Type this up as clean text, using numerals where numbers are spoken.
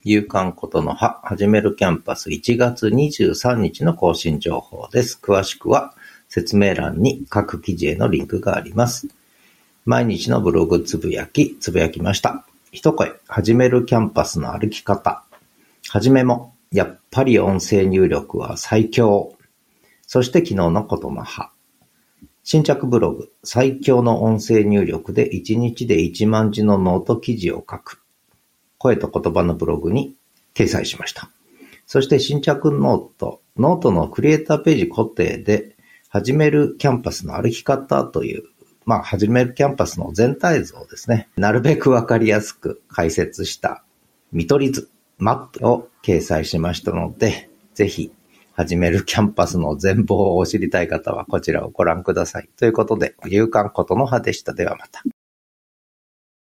夕刊ことの葉はじめるキャンパス1月23日の更新情報です。詳しくは説明欄に各記事へのリンクがあります。毎日のブログつぶやきました。一声、はじめるキャンパスの歩き方。はじめも、やっぱり音声入力は最強。そして昨日のことの葉。新着ブログ、最強の音声入力で1日で1万字のノート記事を書く。声と言葉のブログに掲載しました。そして新着ノートのクリエイターページ固定で、はじめるキャンパスの歩き方という、はじめるキャンパスの全体像ですね。なるべくわかりやすく解説した見取り図、マップを掲載しましたので、ぜひ、はじめるキャンパスの全貌を知りたい方はこちらをご覧ください。ということで、夕刊ことの葉でした。ではまた。